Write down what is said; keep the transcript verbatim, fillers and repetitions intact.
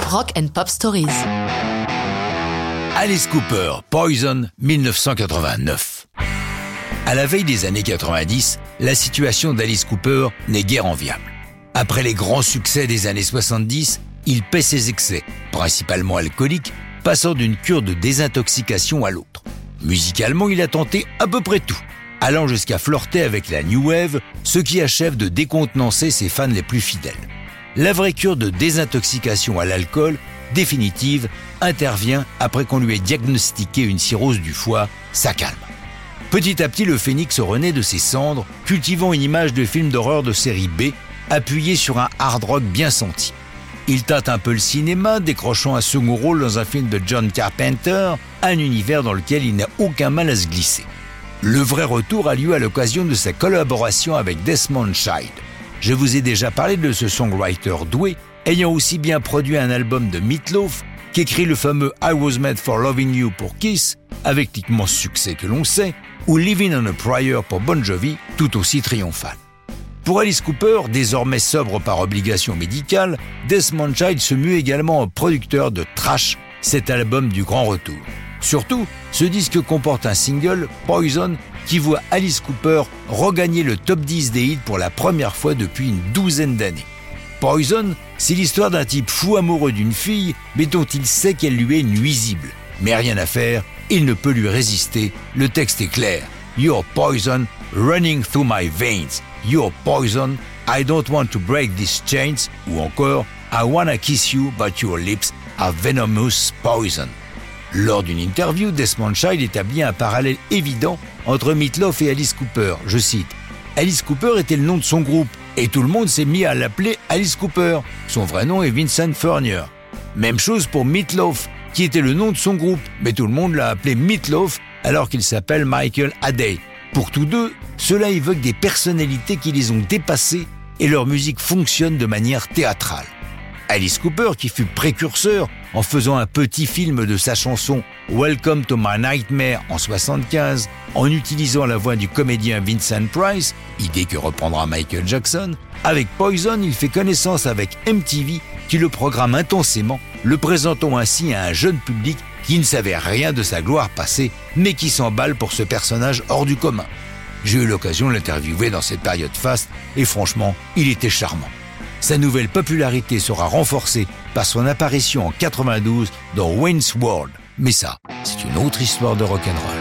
Rock and Pop Stories. Alice Cooper, Poison, dix-neuf cent quatre-vingt-neuf. À la veille des années quatre-vingt-dix, la situation d'Alice Cooper n'est guère enviable. Après les grands succès des années soixante-dix, il paie ses excès, principalement alcooliques, passant d'une cure de désintoxication à l'autre. Musicalement, il a tenté à peu près tout, allant jusqu'à flirter avec la New Wave, ce qui achève de décontenancer ses fans les plus fidèles. La vraie cure de désintoxication à l'alcool, définitive, intervient après qu'on lui ait diagnostiqué une cirrhose du foie, ça calme. Petit à petit, le phénix renaît de ses cendres, cultivant une image de film d'horreur de série B, appuyé sur un hard rock bien senti. Il tâte un peu le cinéma, décrochant un second rôle dans un film de John Carpenter, un univers dans lequel il n'a aucun mal à se glisser. Le vrai retour a lieu à l'occasion de sa collaboration avec Desmond Child. Je vous ai déjà parlé de ce songwriter doué, ayant aussi bien produit un album de Meat Loaf qu'écrit le fameux I Was Made for Loving You pour Kiss, avec l'immense succès que l'on sait, ou Living on a Prayer pour Bon Jovi, tout aussi triomphal. Pour Alice Cooper, désormais sobre par obligation médicale, Desmond Child se mue également en producteur de Trash, cet album du grand retour. Surtout, ce disque comporte un single, Poison, qui voit Alice Cooper regagner le top dix des hits pour la première fois depuis une douzaine d'années. Poison, c'est l'histoire d'un type fou amoureux d'une fille, mais dont il sait qu'elle lui est nuisible. Mais rien à faire, il ne peut lui résister, le texte est clair. You're poison running through my veins. You're poison, I don't want to break these chains. Ou encore, I wanna kiss you, but your lips are venomous poison. Lors d'une interview, Desmond Child établit un parallèle évident entre Meat Loaf et Alice Cooper. Je cite, « Alice Cooper était le nom de son groupe et tout le monde s'est mis à l'appeler Alice Cooper. Son vrai nom est Vincent Furnier. Même chose pour Meat Loaf, qui était le nom de son groupe, mais tout le monde l'a appelé Meat Loaf alors qu'il s'appelle Michael Hadday. Pour tous deux, cela évoque des personnalités qui les ont dépassés et leur musique fonctionne de manière théâtrale. Alice Cooper, qui fut précurseur en faisant un petit film de sa chanson Welcome to My Nightmare en soixante-quinze, en utilisant la voix du comédien Vincent Price, idée que reprendra Michael Jackson, avec Poison, il fait connaissance avec M T V qui le programme intensément, le présentant ainsi à un jeune public qui ne savait rien de sa gloire passée, mais qui s'emballe pour ce personnage hors du commun. J'ai eu l'occasion de l'interviewer dans cette période faste et franchement, il était charmant. Sa nouvelle popularité sera renforcée par son apparition en quatre-vingt-douze dans Wayne's World. Mais ça, c'est une autre histoire de rock'n'roll.